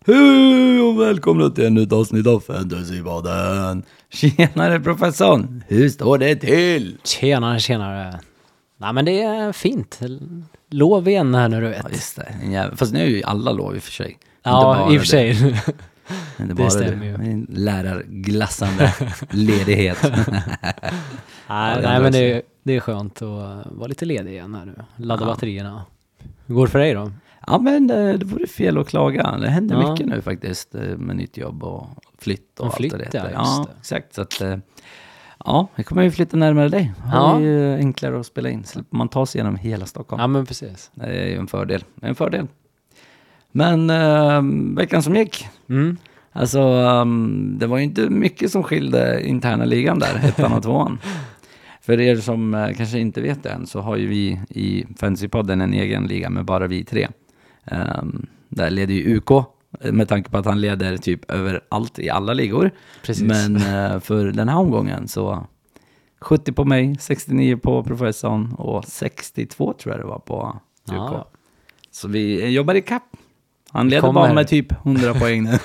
Hej och välkomna till ännu ett avsnitt av Fantasypodden. Tjenare professorn, hur står det till? Tjenare. Nej men det är fint. Lov igen här nu, du vet. Ja just det, fast nu är ju alla lov i och för sig. Ja, i och för sig. Inte bara det stämmer ju. En lärarglassande ledighet. nej men det är skönt att vara lite ledig igen här nu. Ladda batterierna. Hur går det för dig då? Ja men det vore fel att klaga. Det händer mycket nu faktiskt med nytt jobb och flytt och allt det. Ja, exakt. Så att, ja, vi kommer ju flytta närmare dig. Det är ju enklare att spela in. Så man tar sig igenom hela Stockholm. Ja men precis. Det är ju en fördel. Men veckan som gick. Alltså det var ju inte mycket som skilde interna ligan där, 1:an och 2:an. För er som kanske inte vet det än så har ju vi i Fantasypodden en egen liga med bara vi tre. Där leder ju UK med tanke på att han leder typ överallt i alla ligor. Precis. Men för den här omgången så 70 på mig, 69 på professorn och 62 tror jag det var på UK. Ja. Så vi jobbar i kapp. Han leder bara med typ 100 poäng nu.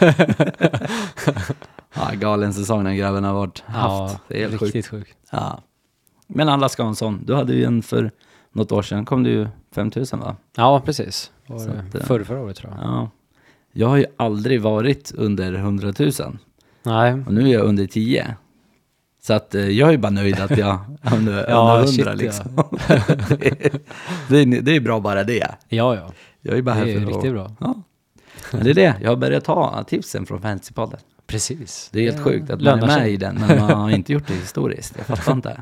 Galen säsong den grabben har varit haft. Det är helt riktigt sjukt. Ja. Men alla ska ha en sån. Du hade ju en för något år sedan. Kom du ju 5000 va? Ja, precis. Förra året tror jag. Ja. Jag har ju aldrig varit under 100 000. Nej. Och nu är jag under 10. Så att jag är ju bara nöjd att jag är under 100 liksom. Ja. det är bra bara det. Ja. Jag är bara det är riktigt bra. Ja. Men det är det. Jag har börjat ta tipsen från Fantasypodden. Precis. Det är helt sjukt att man är med i den, men man har inte gjort det historiskt. Jag fattar inte.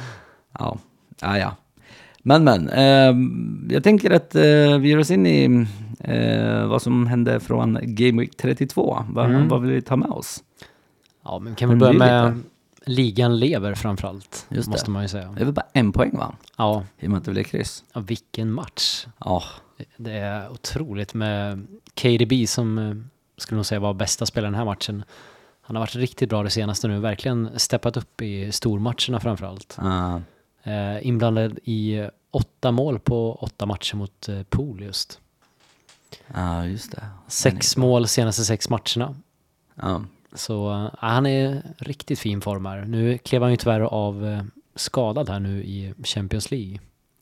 Ja. Men. Jag tänker att vi ger oss in i vad som hände från Game Week 32. Vad vill vi ta med oss? Ja, men kan vi börja med ligan lever framförallt. Just måste man ju säga. Det är väl bara 1 poäng va? Ja. I och med att det blir kryss. Ja, vilken match. Ja. Det är otroligt med KDB som skulle nog säga var bästa spelaren den här matchen. Han har varit riktigt bra det senaste nu. Verkligen steppat upp i stormatcherna framförallt. Inblandad i 8 mål på 8 matcher mot Pool just. Ja, just det. 6 mål senaste 6 matcherna. Så han är riktigt fin form här. Nu klev han ju tyvärr av skadad här nu i Champions League.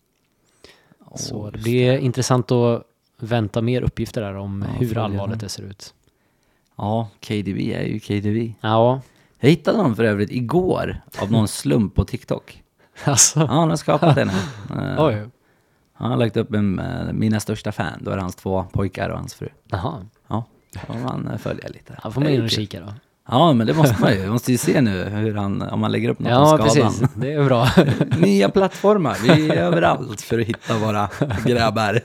Så det blir intressant att vänta mer uppgifter där om hur allvarligt det ser ut. Ja, KDB är ju KDB. Ja. Jag hittade honom för övrigt igår av någon slump på TikTok. Alltså. Ja, han har skapat den. Oj. Han har lagt upp mina största fan. Då är det hans 2 pojkar och hans fru. Jaha. Ja, man följer lite. Han får man in och kika då. Ja, men det måste man ju. Man måste ju se nu hur om man lägger upp något om skadan. Ja, precis. Det är bra. Nya plattformar. Vi är överallt för att hitta våra grabbar.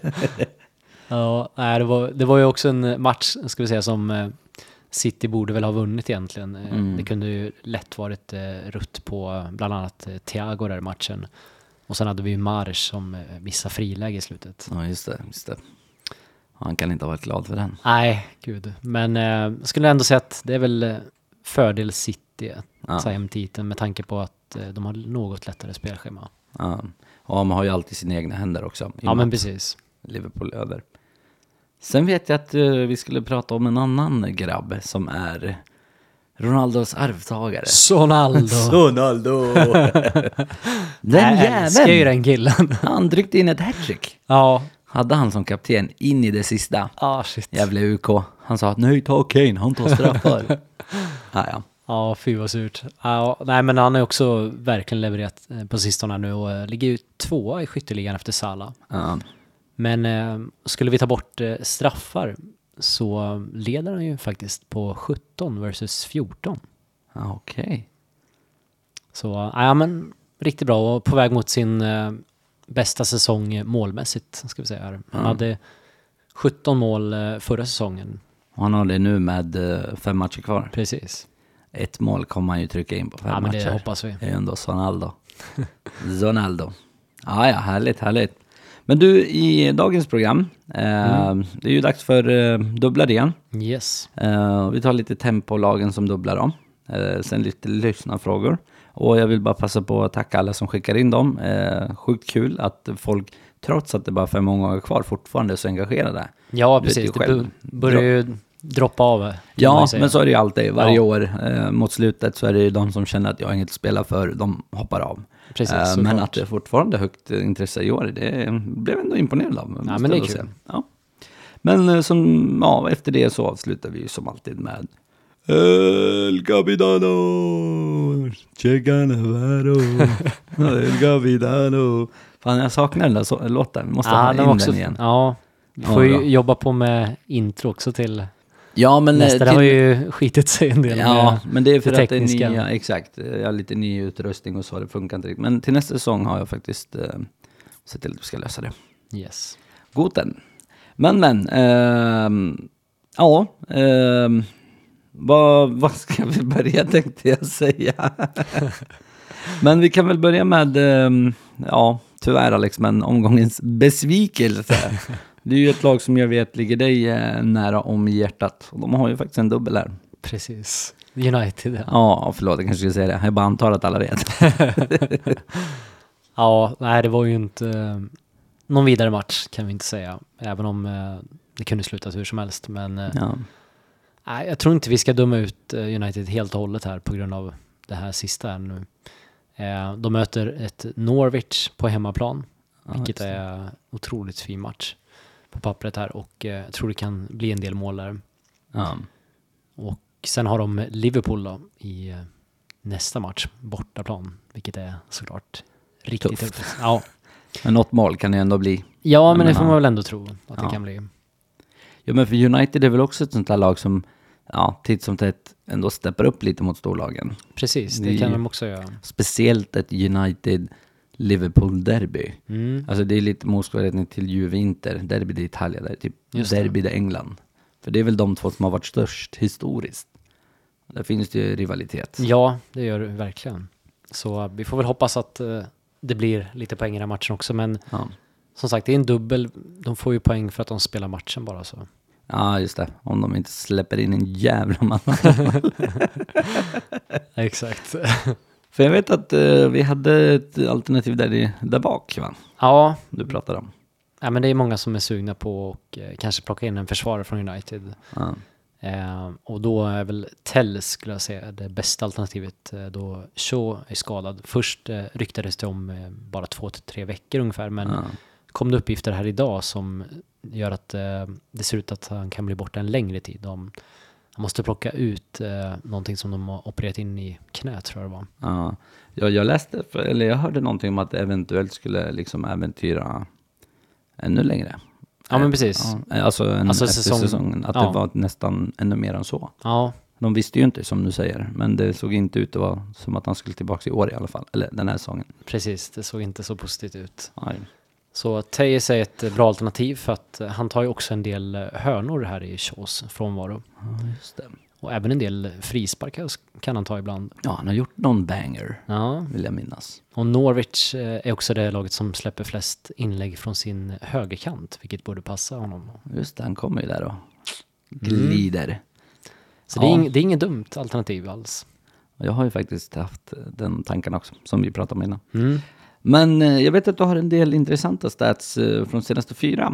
Ja, det var ju också en match, ska vi säga, som City borde väl ha vunnit egentligen. Det kunde ju lätt varit rutt på bland annat Thiago där i matchen. Och sen hade vi ju Mars som missade friläge i slutet. Ja, just det. Han kan inte ha varit glad för den. Nej, gud. Men skulle ändå säga att det är väl fördel City att ta hem titeln med tanke på att de har något lättare spelschema. Ja, och man har ju alltid sina egna händer också. Ja, men precis. Liverpool över. Sen vet jag att vi skulle prata om en annan grabb som är Ronaldos arvtagare. Sonaldo. Den jäveln. Den killen. Han tryckte in ett hattrick. Ja. Hade han som kapten in i det sista. Shit. Jävla UK. Han sa att nej, ta Kane, han tar straffar. Ja, fy vad surt. Nej, men han har också verkligen levererat på sistone nu och ligger ju 2 i skytteligan efter Salah. Men skulle vi ta bort straffar så leder han ju faktiskt på 17 versus 14. Okej. Så men riktigt bra och på väg mot sin bästa säsong målmässigt, ska vi säga. Han hade 17 mål förra säsongen. Och han har det nu med 5 matcher kvar. Precis. 1 mål kommer han ju trycka in på 5 matcher. Men det hoppas vi. Det är ändå Ronaldo. Ja, härligt. Men du, i dagens program, det är ju dags för dubblar igen. Yes. Vi tar lite tempolagen som dubblar dem. Sen lite lyssnarfrågor. Och jag vill bara passa på att tacka alla som skickar in dem. Sjukt kul att folk, trots att det bara är 5 omgångar kvar, fortfarande är så engagerade. Ja, precis. Det börjar ju droppa av. Ja, men så är det ju alltid. Varje år mot slutet så är det ju de som känner att jag har inget att spela för, de hoppar av. Precis, men att det är fortfarande högt intresse i år, det blev ändå imponerad av. Ja, men det är kul. Ja. Men efter det så avslutar vi ju som alltid med El Capitano, Che Guevara, El Capitano. Fan, jag saknar den där låten. Vi måste ha in den igen. Ja, vi får ju jobba på med intro också till... Ja, men nästa har ju skitit sig en del. Ja, men det är för att det är nya, exakt. Jag har lite ny utrustning och så, det funkar inte riktigt. Men till nästa säsong har jag faktiskt sett till att vi ska lösa det. Yes. Goten. Men, vad ska vi börja, tänkte jag säga. Men vi kan väl börja med, tyvärr Alex, men omgångens besvikelse. Det är ju ett lag som jag vet ligger dig nära om hjärtat. Och de har ju faktiskt en dubbel här. Precis. United. Ja, förlåt, jag kanske skulle säga det. Jag bara antar att alla vet. Ja, nej, det var ju inte någon vidare match kan vi inte säga. Även om det kunde sluta hur som helst. Men nej, jag tror inte vi ska döma ut United helt och hållet här på grund av det här sista här nu. De möter ett Norwich på hemmaplan. Vilket är otroligt fin match på pappret här. Och jag tror det kan bli en del mål där. Och sen har de Liverpool då, i nästa match, bortaplan. Vilket är såklart riktigt tufft. Ja. Men något mål kan det ändå bli. Ja, men det får man väl ändå tro att det kan bli. Ja, men för United är väl också ett sånt här lag som titt som tätt ändå steppar upp lite mot storlagen. Precis, det kan de också göra. Speciellt ett United-Liverpool-derby. Alltså det är lite motsvarigheten till Juve-Inter. Derby i Italien, där typ derby i England. För det är väl de två som har varit störst historiskt. Där finns det ju rivalitet. Ja, det gör det verkligen. Så vi får väl hoppas att det blir lite poäng i den här matchen också. Men som sagt, det är en dubbel. De får ju poäng för att de spelar matchen bara så. Ja, just det. Om de inte släpper in en jävla massa. Exakt. För jag vet att vi hade ett alternativ där bak, va? Ja. Du pratade om. Ja, men det är många som är sugna på och kanske plocka in en försvarare från United. Och då är väl Tell, skulle jag säga, det bästa alternativet då Shaw är skadad. Först ryktades det om bara 2-3 veckor ungefär, men kom det uppgifter här idag som gör att det ser ut att han kan bli borta en längre tid. Han måste plocka ut någonting som de har opererat in i knät, tror jag det var. Ja, jag läste, eller jag hörde någonting om att det eventuellt skulle liksom äventyra ännu längre. Ja, men precis. Alltså efter säsongen. Att det var nästan ännu mer än så. Ja. De visste ju inte, som du säger. Men det såg inte ut att vara som att han skulle tillbaka i år i alla fall. Eller den här säsongen. Precis, det såg inte så positivt ut. Nej. Så Tejes är ett bra alternativ för att han tar ju också en del hörnor här i Shaws frånvaro. Ja, just det. Och även en del frisparkar kan han ta ibland. Ja, han har gjort någon banger, vill jag minnas. Och Norwich är också det laget som släpper flest inlägg från sin högerkant, vilket borde passa honom. Just det, han kommer ju där och glider. Så det är inget dumt alternativ alls. Jag har ju faktiskt haft den tanken också, som vi pratade om innan. Men jag vet att du har en del intressanta stats från senaste 4.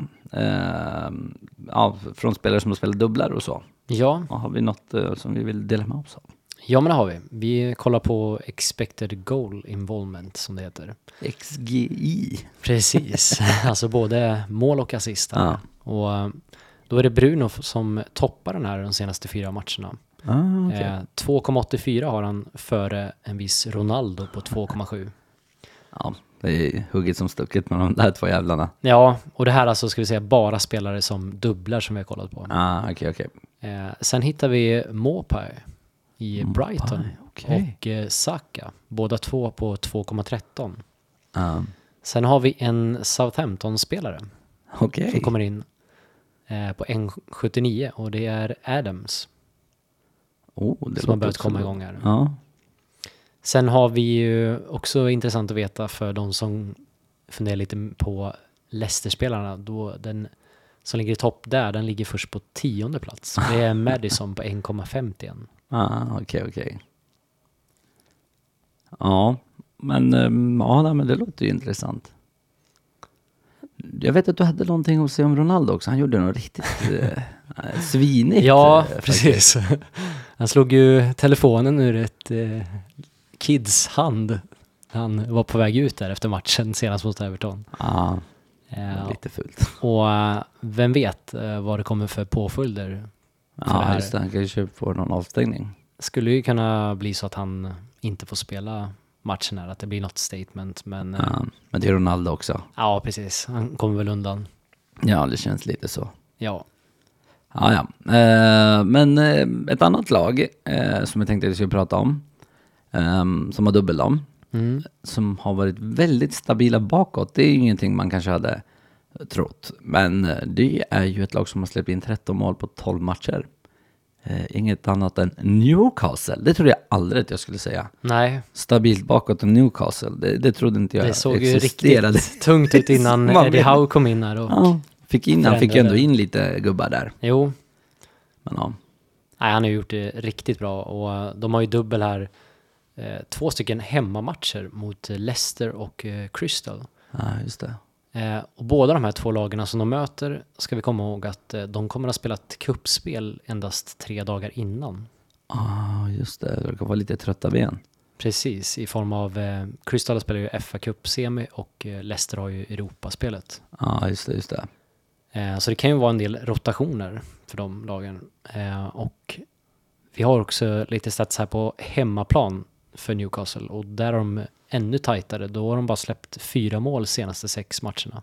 Från spelare som har spelat dubblar och så. Ja. Och har vi något som vi vill dela med oss av? Ja, men det har vi. Vi kollar på expected goal involvement, som det heter. XGI. Precis. Alltså både mål och assist. Och då är det Bruno som toppar den här de senaste 4 matcherna. 2,84 har han före en viss Ronaldo på 2,7. Ja, det är hugget som stucket med de där 2 jävlarna. Ja, och det här alltså, ska vi säga, bara spelare som dubblar som vi har kollat på. Okej. Sen hittar vi Maupay i Brighton och Saka. Båda 2 på 2,13. Sen har vi en Southampton-spelare som kommer in på 1,79 och det är Adams. Det som har börjat komma igång här. Ja. Sen har vi ju också intressant att veta för de som funderar lite på Leicester-spelarna. Då den som ligger i topp där, den ligger först på 10:e plats. Det är Madison på 1,51. Okej. Ja, men det låter ju intressant. Jag vet att du hade någonting att säga om Ronaldo också. Han gjorde något riktigt... Svinigt. Ja, precis. Han slog ju telefonen ur ett kids hand. Han var på väg ut där efter matchen senast mot Everton. Ja, lite fult. Och vem vet vad det kommer för påföljder. Ja, just det. Han kanske får någon avstängning. Skulle ju kunna bli så att han inte får spela matchen här, att det blir något statement. Men det är Ronaldo också. Ja, precis. Han kommer väl undan. Ja, det känns lite så. Ja. Ja. Men ett annat lag som jag tänkte att vi skulle prata om, som har dubbeldam, som har varit väldigt stabila bakåt. Det är ju ingenting man kanske hade trott. Men det är ju ett lag som har släppt in 13 mål på 12 matcher. Inget annat än Newcastle. Det trodde jag aldrig att jag skulle säga. Nej. Stabilt bakåt och Newcastle. Det trodde inte jag existerade. Det såg ju riktigt tungt ut innan Eddie Howe kom in här. Och han fick ju ändå in lite gubbar där. Jo. Men ja. Nej, han har gjort det riktigt bra. Och de har ju dubbel här. 2 stycken hemmamatcher mot Leicester och Crystal. Ja, just det. Och båda de här 2 lagarna som de möter ska vi komma ihåg att de kommer att spela ett kuppspel endast 3 dagar innan. Just det. Det kan vara lite trötta ben. Precis, i form av Crystal spelar ju FA Cup-semi och Leicester har ju Europaspelet. Ja, just det. Så det kan ju vara en del rotationer för de lagen. Och vi har också lite stats här på hemmaplan för Newcastle och där har de ännu tajtare. Då har de bara släppt 4 mål senaste 6 matcherna.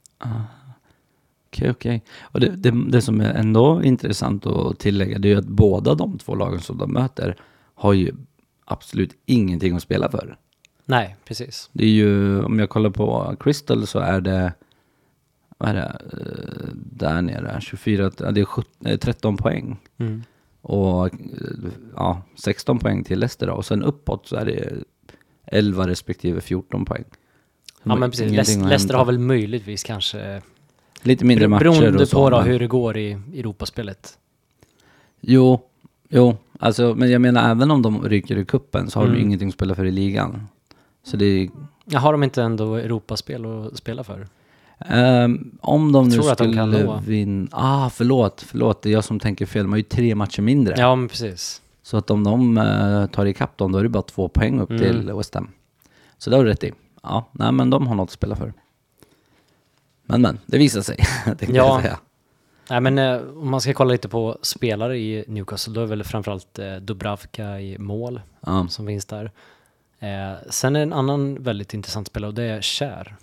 Okej. Och det som är ändå intressant att tillägga, det är ju att båda de 2 lagen som de möter har ju absolut ingenting att spela för. Nej, precis. Det är ju, om jag kollar på Crystal så är det, vad är det, där nere, 24, det är 13 poäng. Och 16 poäng till Leicester då. Och sen uppåt så är det 11 respektive 14 poäng. Ja, men precis. Leicester har väl möjligtvis kanske lite mindre matcher beroende och så, på då hur det går i Europaspelet. Jo, alltså, men jag menar även om de ryker i kuppen så har de ingenting att spela för i ligan. Så det har de inte ändå Europaspel att spela för? Om de nu skulle vinna... förlåt. Det är jag som tänker fel. De har ju 3 matcher mindre. Ja, men precis. Så att om de tar ikapp dem, då är det bara 2 poäng upp till West Ham. Så det har du rätt i. Ja, nej, men de har något att spela för. Men, det visar sig. Jag säga. Nej, men om man ska kolla lite på spelare i Newcastle, då är väl framförallt Dubravka i mål som finns där. Sen är en annan väldigt intressant spelare och det är Kjär.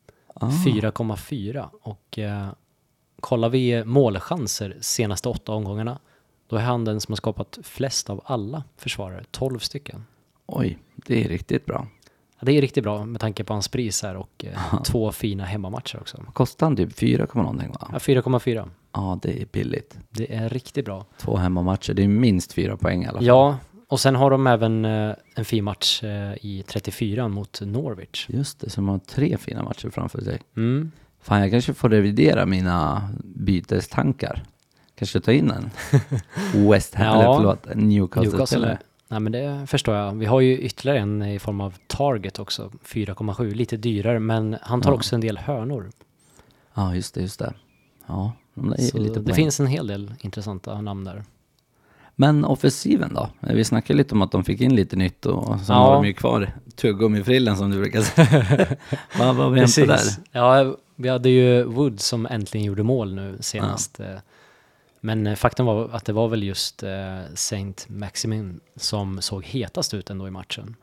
4,4 och kollar vi målchanser senaste 8 omgångarna, då är han den som har skapat flest av alla försvarare, 12 stycken. Oj, det är riktigt bra. Ja, det är riktigt bra med tanke på hans pris här och 2 fina hemmamatcher också. Kostar han typ 4, någonting va? Ja, 4,4. Ja, det är billigt. Det är riktigt bra. 2 hemmamatcher, det är minst 4 poäng i alla fall. Ja, och sen har de även en fin match i 34 mot Norwich. Just det, så de har 3 fina matcher framför sig. Fan, jag kanske får revidera mina bytestankar. Kanske ta in en West Ham, Newcastle. Nej, men det förstår jag. Vi har ju ytterligare en i form av Target också, 4,7. Lite dyrare, men han tar också en del hörnor. Ja, just det. Ja, det finns en hel del intressanta namn där. Men offensiven då? Vi snackade lite om att de fick in lite nytt och sen har de ju kvar tuggummi-frillen som du brukar säga. Vad var vi hämtade där? Ja, vi hade ju Wood som äntligen gjorde mål nu senast. Men faktum var att det var väl just Saint Maximin som såg hetast ut ändå i matchen.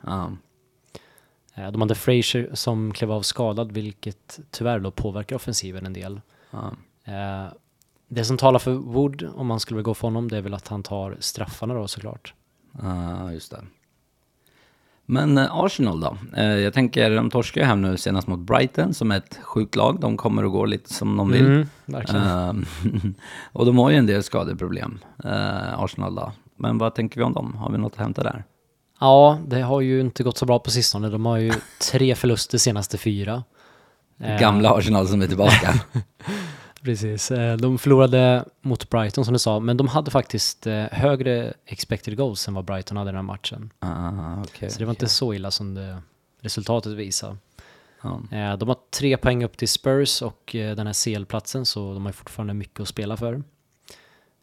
De hade Fraser som klev av skadad, vilket tyvärr då påverkar offensiven en del. Det som talar för Wood, om man skulle gå för honom, det är väl att han tar straffarna då såklart. Just det. Men Arsenal då? Jag tänker, de torskar hem nu senast mot Brighton som är ett sjukt lag. De kommer att gå lite som de vill. Verkligen. Och de har ju en del skadeproblem, Arsenal då. Men vad tänker vi om dem? Har vi något att hämta där? Ja, det har ju inte gått så bra på sistone. De har ju 3 förluster senaste 4. Gamla Arsenal som är tillbaka. Precis. De förlorade mot Brighton som du sa, men de hade faktiskt högre expected goals än vad Brighton hade i den här matchen. Så det var inte så illa som resultatet visar. De har 3 poäng upp till Spurs och den här CL-platsen, så de har fortfarande mycket att spela för.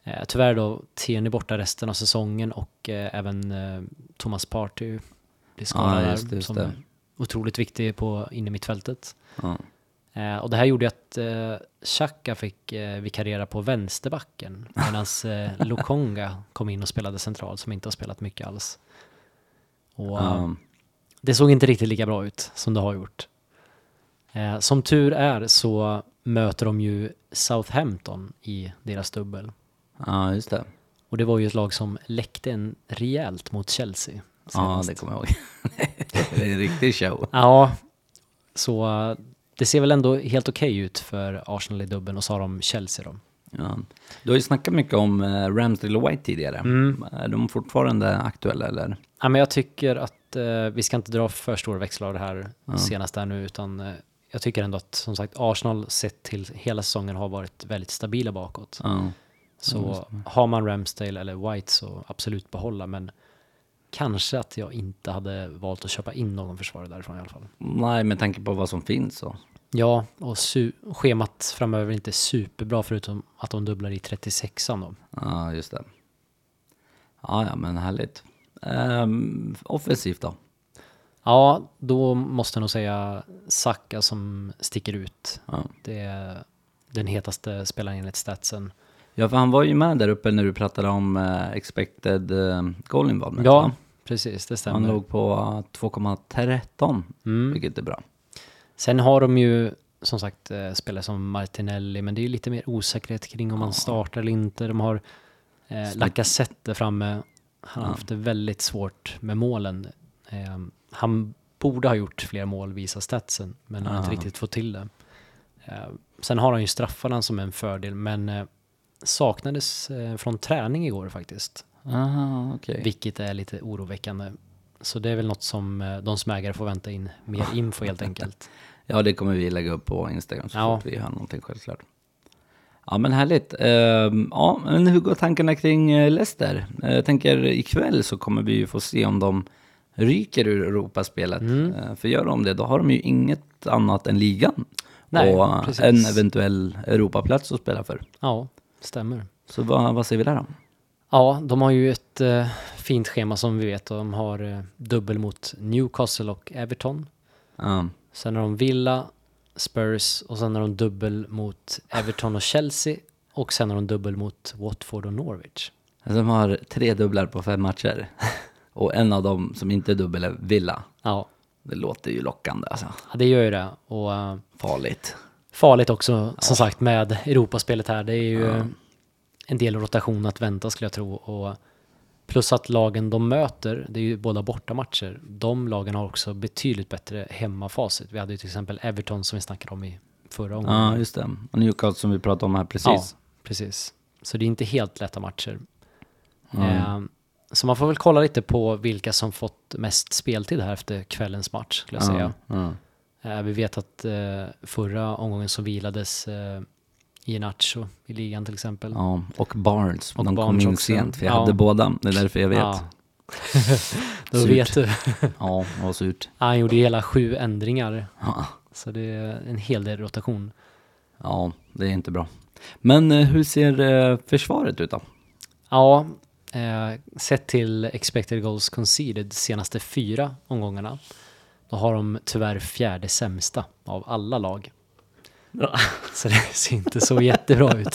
Tyvärr då Tierney borta resten av säsongen och även Thomas Partey blir skadad där, som är otroligt viktig inne i mittfältet. Och det här gjorde att Xhaka fick vikariera på vänsterbacken medan Lokonga kom in och spelade central, som inte har spelat mycket alls. Och det såg inte riktigt lika bra ut som det har gjort. Som tur är så möter de ju Southampton i deras dubbel. Ja, just det. Och det var ju ett lag som läckte en rejält mot Chelsea. Senast. Ja, det kommer jag ihåg. Det är en riktig show. Ja, så det ser väl ändå helt okej ut för Arsenal i dubbeln, och så har de Chelsea då. Ja. Du har ju snackat mycket om Ramsdale och White tidigare. Är de fortfarande aktuella eller? Ja, men jag tycker att vi ska inte dra för stora växlar av det här senast där nu, utan jag tycker ändå att, som sagt, Arsenal sett till hela säsongen har varit väldigt stabila bakåt. Så har man Ramsdale eller White så absolut behålla, men kanske att jag inte hade valt att köpa in någon försvarare därifrån i alla fall. Nej, med tanke på vad som finns så. Ja, och schemat framöver är inte superbra, förutom att de dubblar i 36an då. Ja, just det. Ja, men härligt. Offensivt då? Ja, då måste jag nog säga Saka som sticker ut. Det är den hetaste spelaren enligt statsen. Ja, för han var ju med där uppe när du pratade om expected goal involvement. Ja, va? precis, det stämmer. Han låg på 2,13, vilket är bra. Sen har de ju som sagt spelare som Martinelli, men det är ju lite mer osäkerhet kring om man startar eller inte. De har Lacazette framme. Han har haft det väldigt svårt med målen. Han borde ha gjort fler mål, visar statsen, men han har inte riktigt fått till det. Sen har han ju straffarna som en fördel, men saknades från träning igår faktiskt. Okay. Vilket är lite oroväckande. Så det är väl något som de som ägare får vänta in mer info helt enkelt. Ja, det kommer vi lägga upp på Instagram så fort vi har någonting självklart. Ja, men härligt. Ja, men hur går tankarna kring Leicester? Jag tänker ikväll så kommer vi ju få se om de ryker ur Europaspelet. För gör de det, då har de ju inget annat än ligan. Nej, och precis. En eventuell Europaplats att spela för. Ja, stämmer. Så vad säger vi där då? Ja, de har ju ett fint schema som vi vet. De har dubbel mot Newcastle och Everton. Sen har de Villa, Spurs, och sen har de dubbel mot Everton och Chelsea, och sen har de dubbel mot Watford och Norwich. Alltså de har 3 dubblar på 5 matcher. Och en av dem som inte är dubbel är Villa. Ja. Det låter ju lockande alltså. Ja, det gör ju det. Och farligt också, som sagt, med Europaspelet här. Det är ju en del rotation att vänta, skulle jag tro. Och plus att lagen de möter, det är ju båda bortamatcher. De lagen har också betydligt bättre hemmafacit. Vi hade ju till exempel Everton som vi snackade om i förra gången. Ja, just det. Och Newcastle som vi pratade om här precis. Ja, precis. Så det är inte helt lätta matcher. Så man får väl kolla lite på vilka som fått mest speltid här efter kvällens match, skulle jag säga. Vi vet att förra omgången så vilades Iheanacho i ligan till exempel. Ja, och Barnes. Och de Barnes kom in också. sent, för jag hade båda. Det är därför jag vet. Ja. Då vet du. Ja, det var surt. Han gjorde hela 7 ändringar. Så det är en hel del rotation. Ja, det är inte bra. Men hur ser försvaret ut då? Ja, sett till expected goals conceded senaste 4 omgångarna, då har de tyvärr 4:e sämsta av alla lag. Så det ser inte så jättebra ut.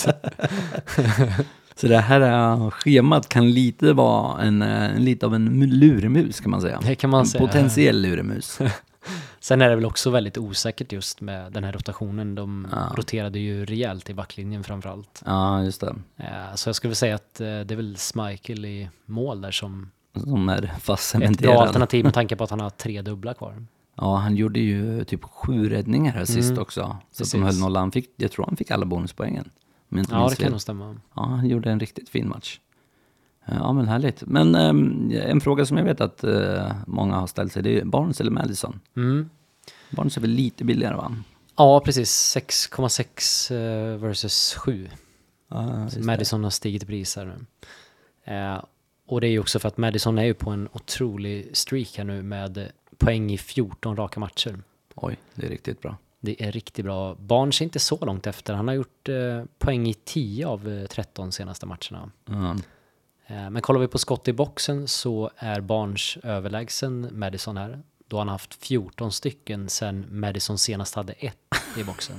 Så det här schemat kan lite vara lite av en luremus, kan man säga. Det kan man säga. Potentiell luremus. Sen är det väl också väldigt osäkert just med den här rotationen. De roterade ju rejält i backlinjen framförallt. Ja, just det. Så jag skulle säga att det är väl Schmeichel i mål där som är fast ett bra alternativ med tanke på att han har 3 dubbla kvar. Ja, han gjorde ju typ 7 räddningar här sist också. Så att de höll nollan. Jag tror han fick alla bonuspoängen. Ja, det kan nog stämma. Ja, han gjorde en riktigt fin match. Ja, men härligt. Men en fråga som jag vet att många har ställt sig, det är Barnes eller Madison. Barnes är väl lite billigare, va? Ja, precis. 6,6 versus 7. Madison har stigit i pris här nu. Och det är ju också för att Madison är ju på en otrolig streak här nu med poäng i 14 raka matcher. Oj, det är riktigt bra. Det är riktigt bra. Barnes är inte så långt efter. Han har gjort poäng i 10 av 13 senaste matcherna. Men kollar vi på skott i boxen så är Barnes överlägsen Madison här. Då han har haft 14 stycken sen Madison senast hade 1 i boxen.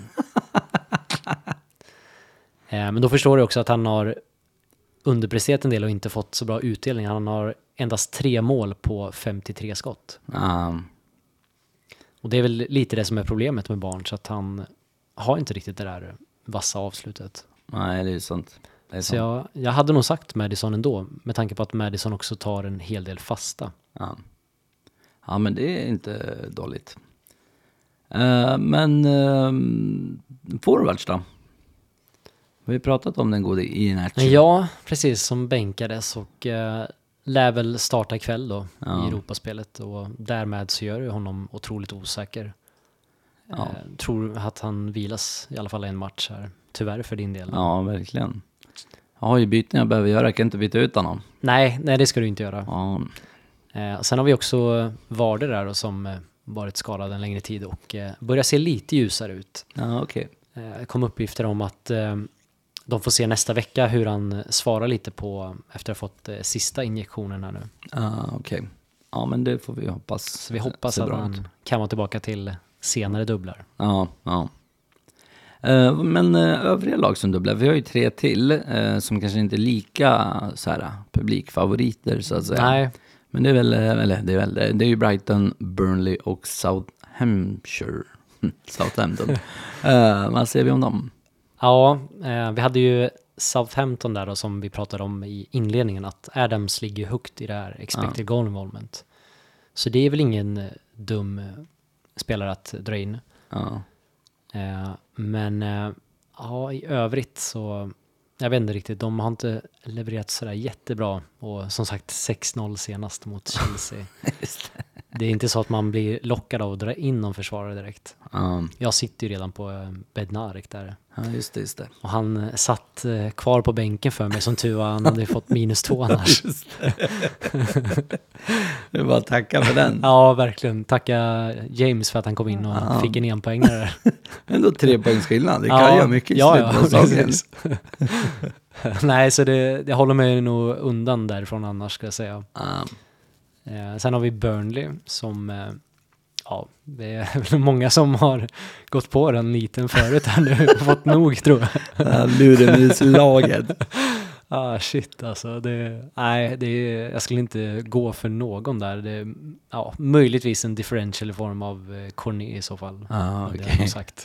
Men då förstår du också att han har underpresterat en del och inte fått så bra utdelning. Han har endast 3 mål på 53 skott. Och det är väl lite det som är problemet med Barnes, att han har inte riktigt det där vassa avslutet. Nej, det är sant. Så jag hade nog sagt Madison ändå, med tanke på att Madison också tar en hel del fasta. Ja, men det är inte dåligt. Men forwards då? Vi har pratat om den gode Iheanacho. Ja, precis, som bänkades och lär väl starta ikväll då i Europaspelet, och därmed så gör det honom otroligt osäker. Tror att han vilas i alla fall en match här, tyvärr för din del. Ja, verkligen. Jag har ju byten jag behöver göra, jag kan inte byta ut honom. Nej, det ska du inte göra. Sen har vi också Varder där då, som varit skadad en längre tid och börjar se lite ljusare ut. Okej. Kom uppgifter om att de får se nästa vecka hur han svarar lite på efter att ha fått sista injektionen här nu. Okej. Ja, men det får vi hoppas. Så vi hoppas att han kan vara tillbaka till senare dubblar. Ja. Men övriga lag som dubblar, vi har ju 3 till som kanske inte är lika så här publikfavoriter så att säga. Nej. Men det är ju Brighton, Burnley och Southampton. Vad säger vi om dem? Ja, vi hade ju Southampton där då, som vi pratade om i inledningen, att Adams ligger högt i det här expected goal involvement. Så det är väl ingen dum spelare att dra in. Men i övrigt så jag vet inte riktigt, de har inte levererat sådär jättebra, och som sagt 6-0 senast mot Chelsea. Det är inte så att man blir lockad av att dra in någon försvarare direkt. Jag sitter ju redan på Bednarek där. Ja, just det. Och han satt kvar på bänken för mig, som tur var. Han hade fått -2 annars. Du bara tacka för den. Ja, verkligen. Tacka James för att han kom in och fick en enpoängare. Ändå 3 poängs skillnad. Det kan göra mycket i precis. Nej, så det håller mig nog undan därifrån annars, ska jag säga. Sen har vi Burnley som det är väl många som har gått på den liten förut här nu och fått nog, tror jag. Luremuslaget. Shit alltså. Jag skulle inte gå för någon där. Det är möjligtvis en differential i form av Cornet i så fall. Det har jag sagt.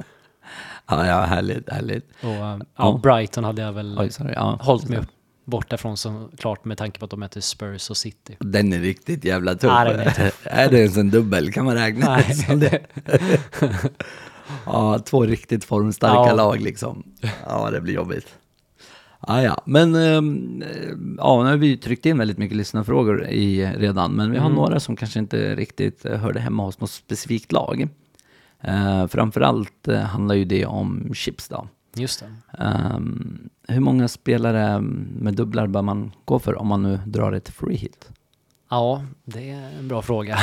Härligt. Och Brighton hade jag väl hållit mig borta från, så klart, med tanke på att de möter Spurs och City. Den är riktigt jävla tuff. Är det ens en dubbel? Kan man räkna som det? 2 riktigt formstarka lag liksom. Det blir jobbigt. Men nu har vi tryckt in väldigt mycket lyssnarfrågor redan, men vi har några som kanske inte riktigt hörde hemma hos något specifikt lag. Framförallt handlar ju det om chips då. Just det. Hur många spelare med dubblar bör man gå för om man nu drar ett free hit? Ja, det är en bra fråga.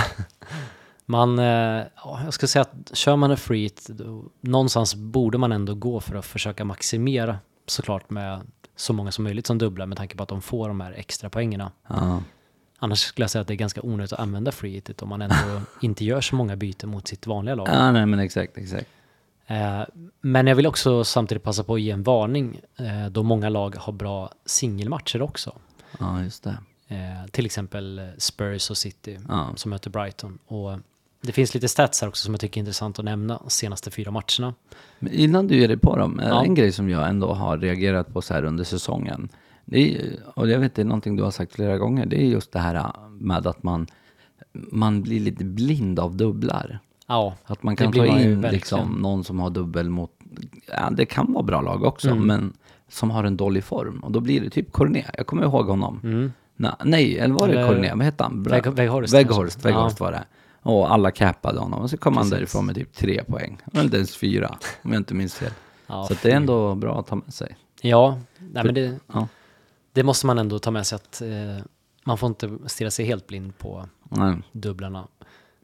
Jag ska säga att kör man en free hit, någonstans borde man ändå gå för att försöka maximera, såklart, med så många som möjligt som dubblar, med tanke på att de får de här extra poängerna. Annars skulle jag säga att det är ganska onödigt att använda free hit om man ändå inte gör så många byten mot sitt vanliga lag. Nej, men exakt. Men jag vill också samtidigt passa på att ge en varning, då många lag har bra singelmatcher också. Ja, just det. Till exempel Spurs och City som möter Brighton. Och det finns lite stats här också som jag tycker är intressant att nämna, de senaste 4 matcherna. Men innan du ger dig på dem, en grej som jag ändå har reagerat på så här under säsongen, och jag vet, det är någonting du har sagt flera gånger, det är just det här med att man blir lite blind av dubblar. Ja, att man kan ta in liksom någon som har dubbel mot, det kan vara bra lag också, men som har en dålig form. Och då blir det typ Cornet. Jag kommer ihåg honom. Nej, eller var det Cornet? Vad hette han? Weghorst var det. Och alla cappade honom. Och så kom han därifrån med typ 3 poäng. Eller inte ens 4, om jag inte minns fel. Så det är ändå bra att ta med sig. Ja, men det måste man ändå ta med sig, att man får inte stirra sig helt blind på dubblarna.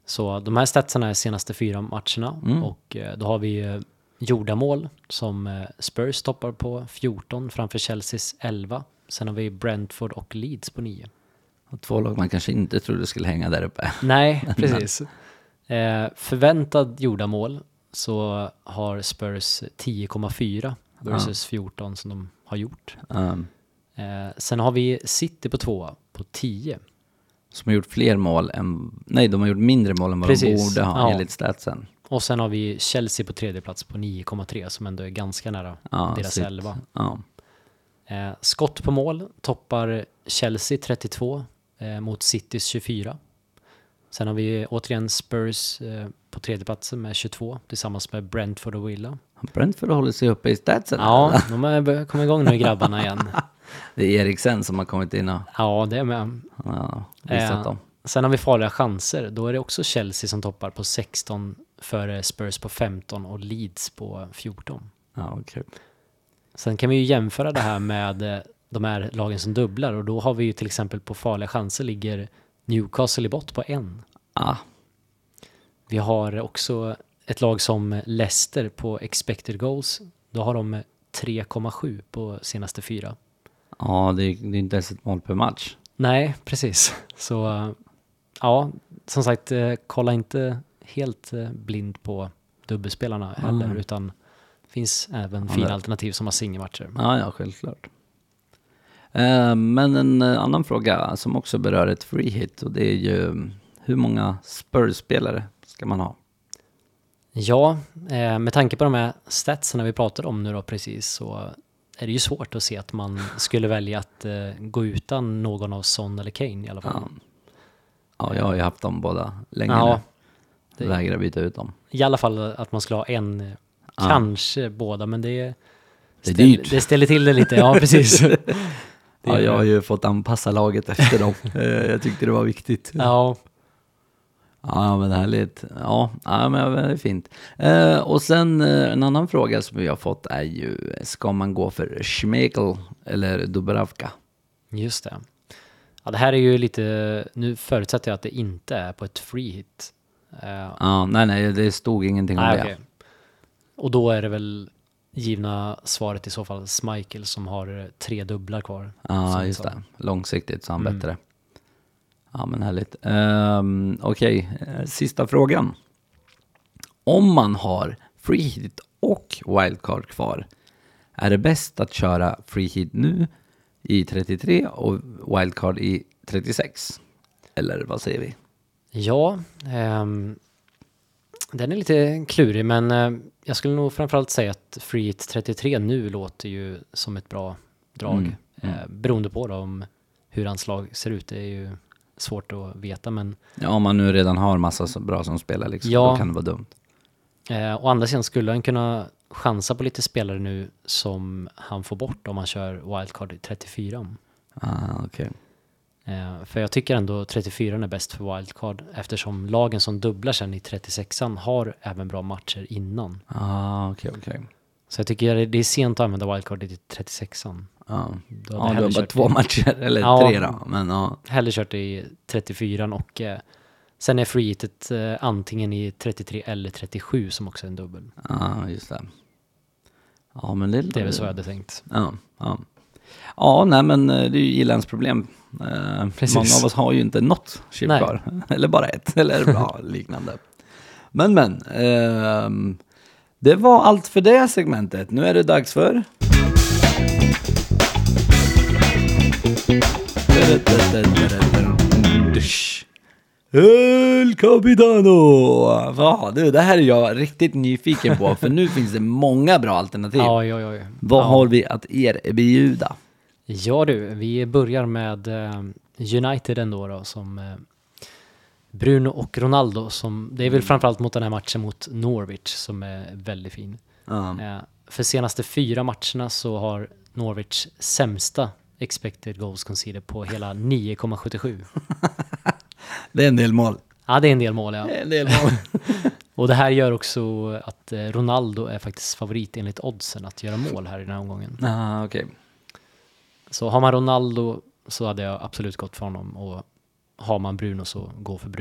Så de här statsarna är senaste 4 matcherna. Och då har vi gjorda mål som Spurs toppar på 14 framför Chelseas 11. Sen har vi Brentford och Leeds på 9. Och 2 lag man kanske inte trodde skulle hänga där uppe. Nej, precis. Förväntad gjorda mål så har Spurs 10,4 versus 14 som de har gjort. Sen har vi City på 2 på 10. Som har gjort fler mål än... Nej, de har gjort mindre mål än vad de borde ha enligt statsen. Och sen har vi Chelsea på 3:e plats på 9,3 som ändå är ganska nära deras 11. Skott på mål toppar Chelsea 32 mot Citys 24. Sen har vi återigen Spurs på 3:e platsen med 22 tillsammans med Brentford och Villa. Brentford håller sig uppe i statsen. Ja, de har kommit igång nu grabbarna igen. Det är Eriksen som har kommit in och... Ja, det är med. Sen har vi farliga chanser. Då är det också Chelsea som toppar på 16 för Spurs på 15 och Leeds på 14. Ja, okay. Sen kan vi ju jämföra det här med de här lagen som dubblar och då har vi ju till exempel på farliga chanser ligger Newcastle i bott på 1. Vi har också ett lag som Leicester på expected goals. Då har de 3,7 på senaste 4. Ja, det är inte ens ett mål per match. Nej, precis. Så ja, som sagt, kolla inte helt blind på dubbelspelarna heller, utan det finns även fina alternativ som har singelmatcher. Ja, självklart. Men en annan fråga som också berör ett free hit, och det är ju hur många Spurs-spelare ska man ha? Ja, med tanke på de här statsen vi pratade om nu då precis, så är det ju svårt att se att man skulle välja att gå utan någon av Son eller Kane i alla fall. Ja, jag har ju haft dem båda länge nu. Vägrar byta ut dem. I alla fall att man skulle ha en, kanske båda, men det är dyrt. Det ställer till det lite, ja precis. Jag har ju fått anpassa laget efter dem. Jag tyckte det var viktigt. Ja, men det här är lite... Ja, men det är fint. Och sen en annan fråga som vi har fått är ju, ska man gå för Schmeichel eller Dubravka? Just det. Ja, det här är ju lite... Nu förutsätter jag att det inte är på ett free hit. Nej, det stod ingenting om det. Okay. Och då är det väl givna svaret i så fall Schmeichel som har 3 dubblar kvar. Ja, just det. Långsiktigt så han bättre. Ja, men härligt. Okej, sista frågan. Om man har free hit och wildcard kvar, är det bäst att köra free hit nu i 33 och wildcard i 36? Eller vad säger vi? Ja, den är lite klurig, men jag skulle nog framförallt säga att free hit 33 nu låter ju som ett bra drag. Beroende på då om hur hans lag ser ut, det är ju svårt att veta, men... Ja, om man nu redan har massa så bra som spelar liksom, då kan det vara dumt. Å andra sidan skulle han kunna chansa på lite spelare nu som han får bort om han kör wildcard i 34. Okej. För jag tycker ändå 34 är bäst för wildcard eftersom lagen som dubblar sen i 36an har även bra matcher innan. Okej. Så jag tycker det är sent att använda wildcard i 36an. Du har bara 2 matcher, eller 3 då. Men, hellre kört i 34an och sen är free hitet antingen i 33 eller 37 som också är en dubbel. Just det. Ja, men det är väl så jag hade tänkt. Ja, nej, men det är ju Gillans problem. Många av oss har ju inte något chip kvar. Eller bara ett, eller liknande. Men, det var allt för det segmentet. Nu är det dags för... El Capitano! Ja, det här är jag riktigt nyfiken på, för nu finns det många bra alternativ. Oj. Vad har vi att erbjuda? Ja du, vi börjar med United ändå då, som Bruno och Ronaldo. Det är väl framförallt mot den här matchen mot Norwich som är väldigt fin. För senaste 4 matcherna så har Norwich sämsta expected goals conceded på hela 9,77. Det är en del mål. Ja, det är en del mål, ja. Det är en del mål. Och det här gör också att Ronaldo är faktiskt favorit enligt oddsen att göra mål här i den här omgången. Okej. Så har man Ronaldo så hade jag absolut gått för honom, och har man Bruno så gå för Bruno.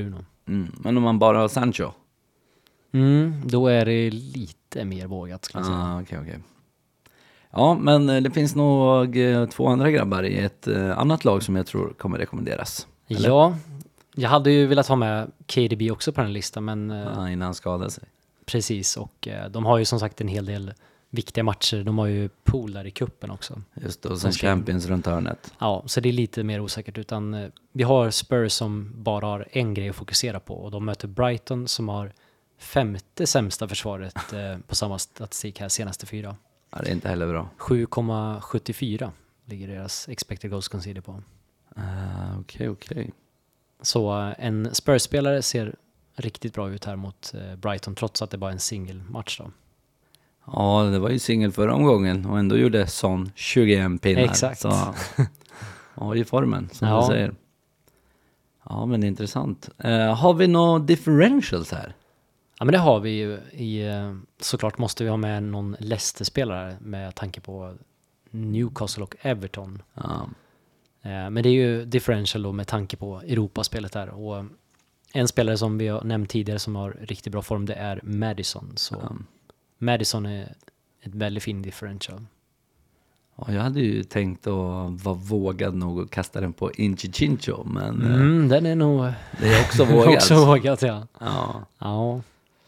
Men om man bara har Sancho? Då är det lite mer vågat, skulle jag säga. Okej. Ja, men det finns nog 2 andra grabbar i ett annat lag som jag tror kommer rekommenderas. Eller? Ja, jag hade ju velat ha med KDB också på den listan, men... innan han skadade sig. Precis, och de har ju som sagt en hel del viktiga matcher. De har ju pool där i kuppen också. Just det, och sen Champions runt hörnet. Ja, så det är lite mer osäkert, utan vi har Spurs som bara har en grej att fokusera på, och de möter Brighton som har 5:e sämsta försvaret på samma statistik här, senaste 4. Ja, det är inte heller bra. 7,74 ligger deras expected goals conceded på. Okej. Så en Spurs-spelare ser riktigt bra ut här mot Brighton, trots att det bara är en singelmatch då. Ja, det var ju singel förra omgången och ändå gjorde Son 21 pinnar. Exakt. Så, ja, i formen, som du säger. Ja, men intressant. Har vi några differentials här? Ja, men det har vi ju. Såklart måste vi ha med någon Leicester-spelare med tanke på Newcastle och Everton. Ja. Men det är ju differential då med tanke på Europaspelet där. Och en spelare som vi har nämnt tidigare som har riktigt bra form, det är Maddison. Så Maddison är ett väldigt fin differential. Ja, jag hade ju tänkt att vara vågad nog att kasta den på Inchincho, men... den är nog... Det är också vågat. också vågat, ja. Ja.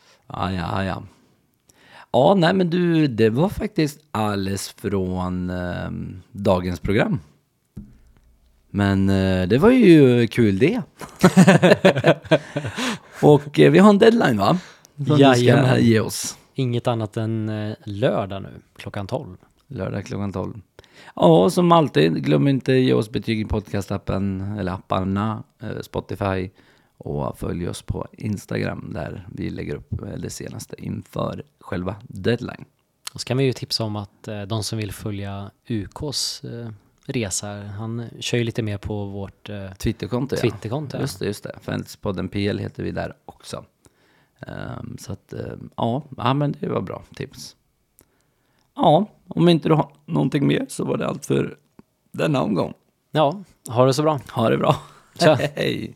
Ja, nej men du, det var faktiskt alldeles från dagens program. Men det var ju kul det. Och vi har en deadline, va? Som du ska ge oss. Inget annat än lördag nu, klockan 12. Lördag klockan 12. Ja, som alltid, glöm inte ge oss betyg i podcastappen eller apparna, Spotify, och följ oss på Instagram där vi lägger upp det senaste inför själva deadline. Och så kan vi ju tipsa om att de som vill följa UKs resa, han kör ju lite mer på vårt Twitterkonto. Ja. Just det. Fantasypodden PL heter vi där också. Så att, ja, men det var bra tips. Ja, om inte du har någonting mer så var det allt för denna omgång. Ja, ha det så bra. Ha det bra. Tja. Hej.